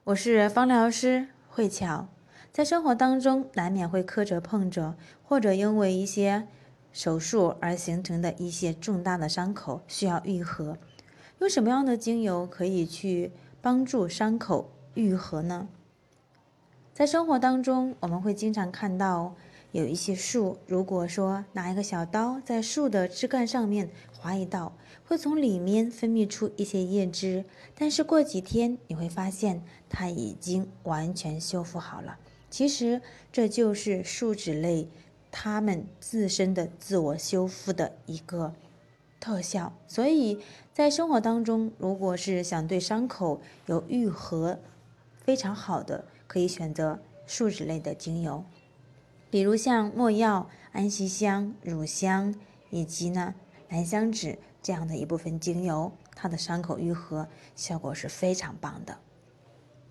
我是芳疗师慧巧。在生活当中难免会磕着碰着，或者因为一些手术而形成的一些重大的伤口需要愈合。用什么样的精油可以去帮助伤口愈合呢？在生活当中我们会经常看到有一些树，如果说拿一个小刀在树的枝干上面划一道，会从里面分泌出一些叶汁，但是过几天你会发现它已经完全修复好了。其实这就是树脂类它们自身的自我修复的一个特效。所以在生活当中，如果是想对伤口有愈合非常好的，可以选择树脂类的精油，比如像没药、安息香、乳香以及兰香脂这样的一部分精油，它的伤口愈合效果是非常棒的。